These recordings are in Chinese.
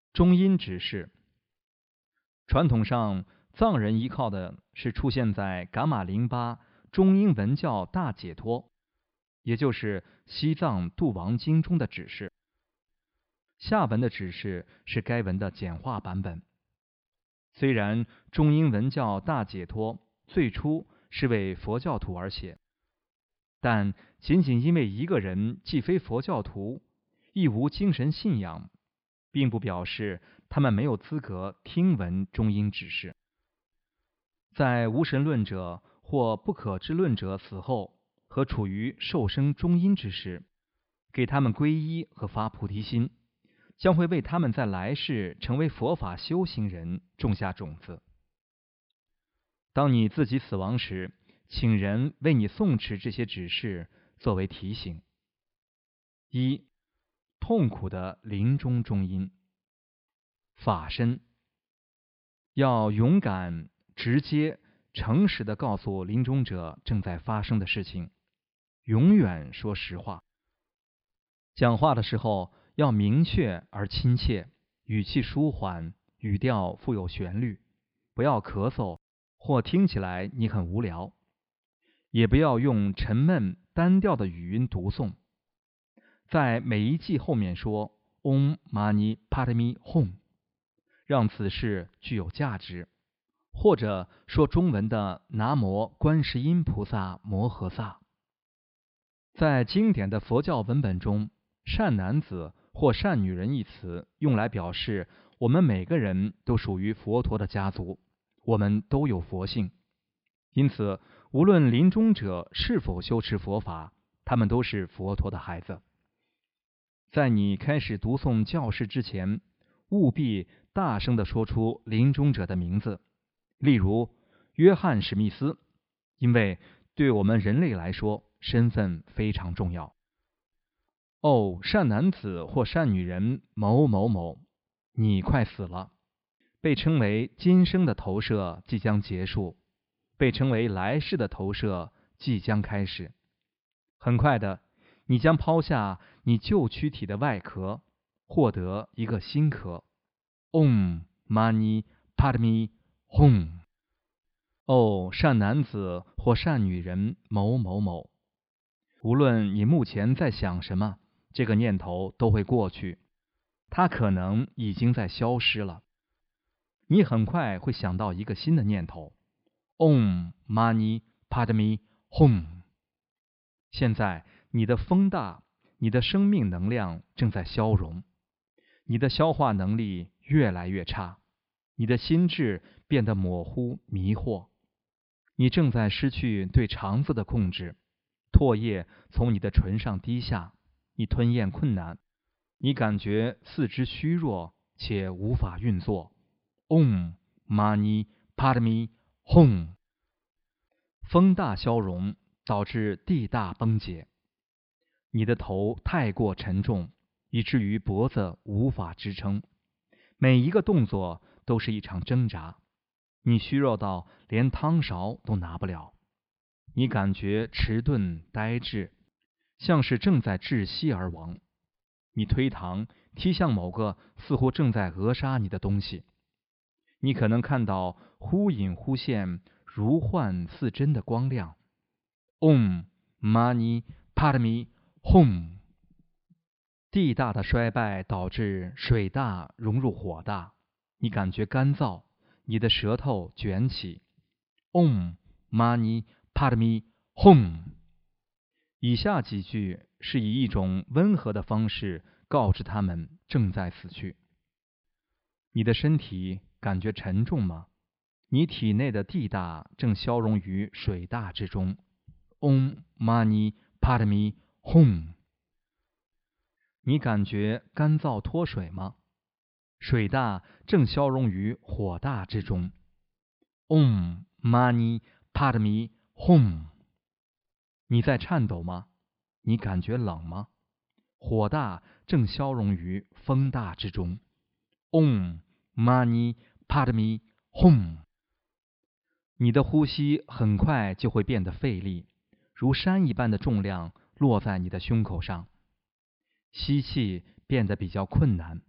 中阴指示。传统上，藏人依靠的是出现在噶玛林巴中英文教大解脱，也就是西藏度王经中的指示。下文的指示是该文的简化版本。虽然中英文教大解脱最初是为佛教徒而写，但仅仅因为一个人既非佛教徒，亦无精神信仰，并不表示他们没有资格听闻中英指示。在无神论者或不可知论者死后和处于受生中阴之时，给他们皈依和发菩提心，将会为他们在来世成为佛法修行人种下种子。当你自己死亡时，请人为你诵持这些指示作为提醒。一、痛苦的临终中阴。法身要勇敢、直接、诚实地告诉临终者正在发生的事情，永远说实话。讲话的时候要明确而亲切，语气舒缓，语调富有旋律，不要咳嗽或听起来你很无聊，也不要用沉闷单调的语音读诵。在每一句后面说 Om Mani Padme Hum， 让此事具有价值，或者说中文的南无观世音菩萨摩诃萨。在经典的佛教文本中，善男子或善女人一词用来表示我们每个人都属于佛陀的家族，我们都有佛性。因此，无论临终者是否修持佛法，他们都是佛陀的孩子。在你开始读诵教示之前，务必大声地说出临终者的名字，例如约翰·史密斯，因为对我们人类来说，身份非常重要。哦，善男子或善女人某某某，你快死了。被称为今生的投射即将结束，被称为来世的投射即将开始。很快的，你将抛下你旧躯体的外壳，获得一个新壳。Om Mani Padme Hum。哦，善男子或善女人某某某，无论你目前在想什么，这个念头都会过去，它可能已经在消失了。你很快会想到一个新的念头。Om Mani Padme Hum。现在你的风大，你的生命能量正在消融，你的消化能力越来越差，你的心智变得模糊迷惑，你正在失去对肠子的控制，唾液从你的唇上滴下，你吞咽困难，你感觉四肢虚弱且无法运作。Om Mani Padme Hum。风大消融导致地大崩解，你的头太过沉重，以至于脖子无法支撑，每一个动作都是一场挣扎，你虚弱到连汤勺都拿不了，你感觉迟钝呆滞，像是正在窒息而亡，你推搪踢向某个似乎正在扼杀你的东西，你可能看到忽隐忽现如幻似真的光亮。Om Mani Padme Hum。地大的衰败导致水大融入火大，你感觉干燥，你的舌头卷起。Om Mani Padme Hum。以下几句是以一种温和的方式告知他们正在死去。你的身体感觉沉重吗？你体内的地大正消融于水大之中。Om Mani Padme Hum。你感觉干燥脱水吗？水大正消融于火大之中。Om Mani Padme Hum。你在颤抖吗？你感觉冷吗？火大正消融于风大之中。Om Mani Padme Hum。你的呼吸很快就会变得费力，如山一般的重量落在你的胸口上，吸气变得比较困难，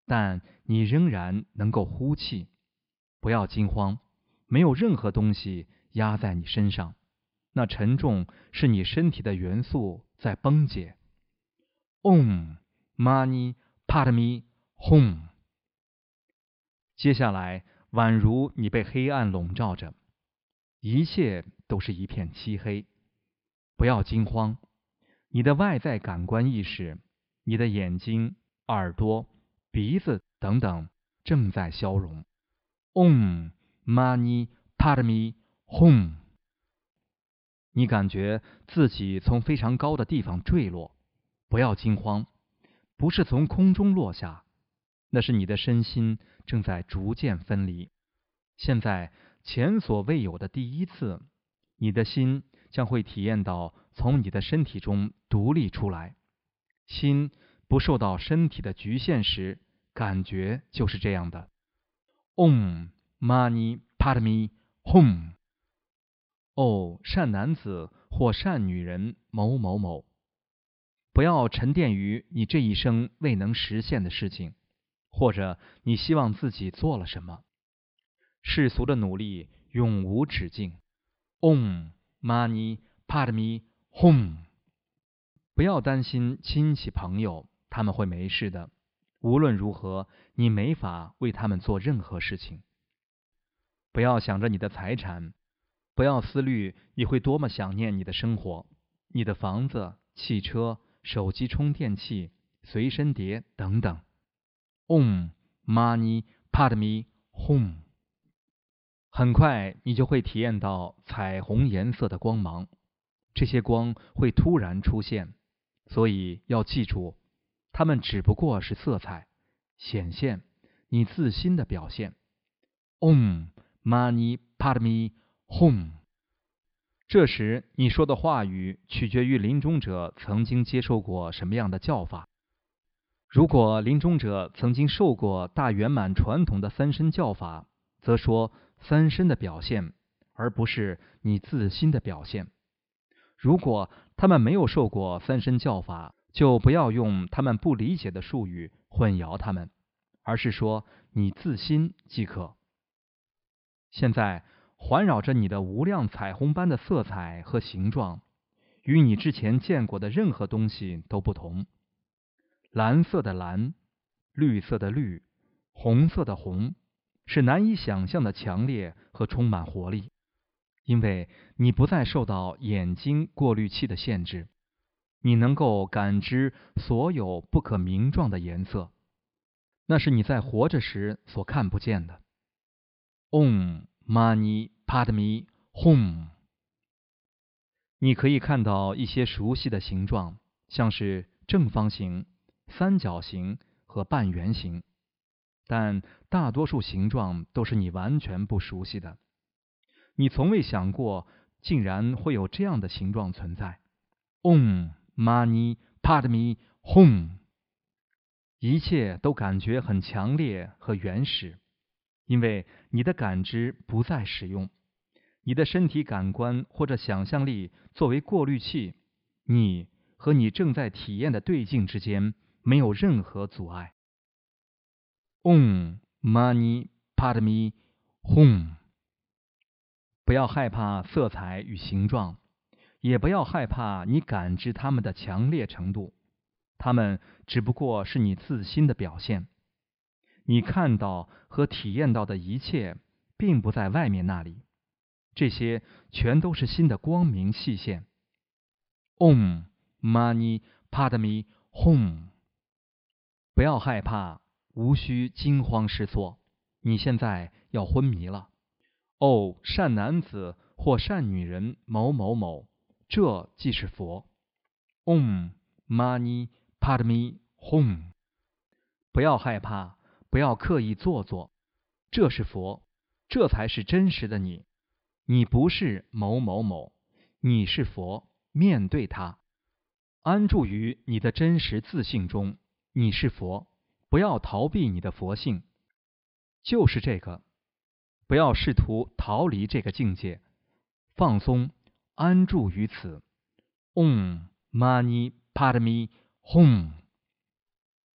但你仍然能够呼气。不要惊慌，没有任何东西压在你身上，那沉重是你身体的元素在崩解。Om Mani Padme Hum。接下来，宛如你被黑暗笼罩着，一切都是一片漆黑。不要惊慌，你的外在感官意识，你的眼睛、耳朵、鼻子等等，正在消融。Om Mani Padme Hum。你感觉自己从非常高的地方坠落，不要惊慌，不是从空中落下，那是你的身心正在逐渐分离。现在前所未有的第一次，你的心将会体验到从你的身体中独立出来。心不受到身体的局限时，感觉就是这样的。Om Mani Padme Hum。哦，善男子或善女人某某某，不要沉淀于你这一生未能实现的事情，或者你希望自己做了什么。世俗的努力永无止境。Om Mani Padme Hum。不要担心亲戚朋友，他们会没事的。无论如何，你没法为他们做任何事情。不要想着你的财产，不要思虑你会多么想念你的生活，你的房子、汽车、手机充电器、随身碟等等。Om Mani Padme Hum。很快你就会体验到彩虹颜色的光芒，这些光会突然出现，所以要记住，它们只不过是色彩，显现你自心的表现。Om Mani Padme Hum。这时你说的话语取决于临终者曾经接受过什么样的教法。如果临终者曾经受过大圆满传统的三身教法，则说三身的表现，而不是你自心的表现。如果他们没有受过三身教法，就不要用他们不理解的术语混淆他们，而是说你自心即可。现在环绕着你的无量彩虹般的色彩和形状，与你之前见过的任何东西都不同。蓝色的蓝，绿色的绿，红色的红，是难以想象的强烈和充满活力，因为你不再受到眼睛过滤器的限制，你能够感知所有不可名状的颜色，那是你在活着时所看不见的。Om Mani Padme Hum。你可以看到一些熟悉的形状，像是正方形、三角形和半圆形，但大多数形状都是你完全不熟悉的。你从未想过，竟然会有这样的形状存在。Om Mani Padme Hum。一切都感觉很强烈和原始，因为你的感知不再使用，你的身体感官或者想象力作为过滤器，你和你正在体验的对境之间没有任何阻碍。Om Mani Padme Hum。不要害怕色彩与形状，也不要害怕你感知它们的强烈程度，它们只不过是你自心的表现。你看到和体验到的一切，并不在外面那里，这些全都是心的光明细线。Om Mani Padme Hum。不要害怕，无需惊慌失措，你现在要昏迷了。哦，善男子或善女人某某某，这即是佛。Om Mani Padme Hum。不要害怕，不要刻意做作，这是佛，这才是真实的你。你不是某某某，你是佛，面对它，安住于你的真实自性中。你是佛，不要逃避你的佛性，就是这个。不要试图逃离这个境界，放松，安住于此。Om Mani Padme Hum。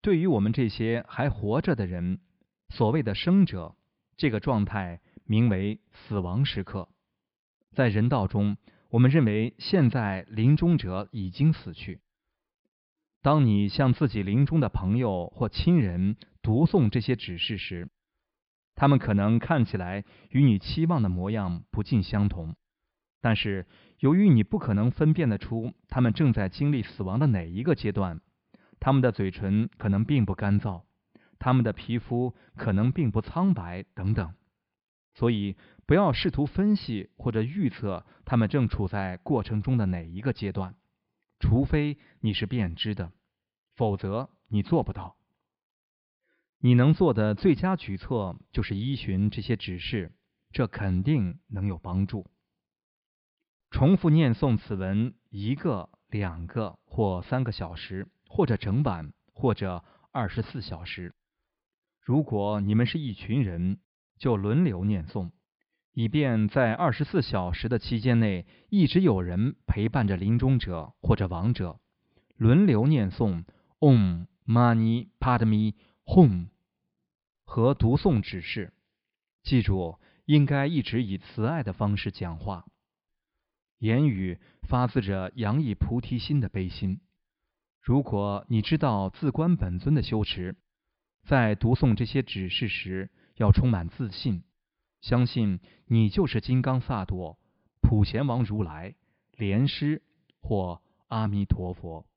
对于我们这些还活着的人，所谓的生者，这个状态名为死亡时刻。在人道中，我们认为现在临终者已经死去。当你向自己临终的朋友或亲人读诵这些指示时，他们可能看起来与你期望的模样不尽相同，但是由于你不可能分辨得出他们正在经历死亡的哪一个阶段，他们的嘴唇可能并不干燥，他们的皮肤可能并不苍白等等。所以不要试图分析或者预测他们正处在过程中的哪一个阶段，除非你是便知的，否则你做不到。你能做的最佳举措就是依循这些指示，这肯定能有帮助。重复念诵此文1个、2个或3个小时，或者整晚，或者24小时。如果你们是一群人，就轮流念诵，以便在24小时的期间内，一直有人陪伴着临终者或者亡者，轮流念诵 Om Mani Padme Hum 和读诵指示。记住，应该一直以慈爱的方式讲话，言语发自着洋溢菩提心的悲心。如果你知道自观本尊的修持，在读诵这些指示时，要充满自信，相信你就是金刚萨埵、普贤王如来、莲师或阿弥陀佛。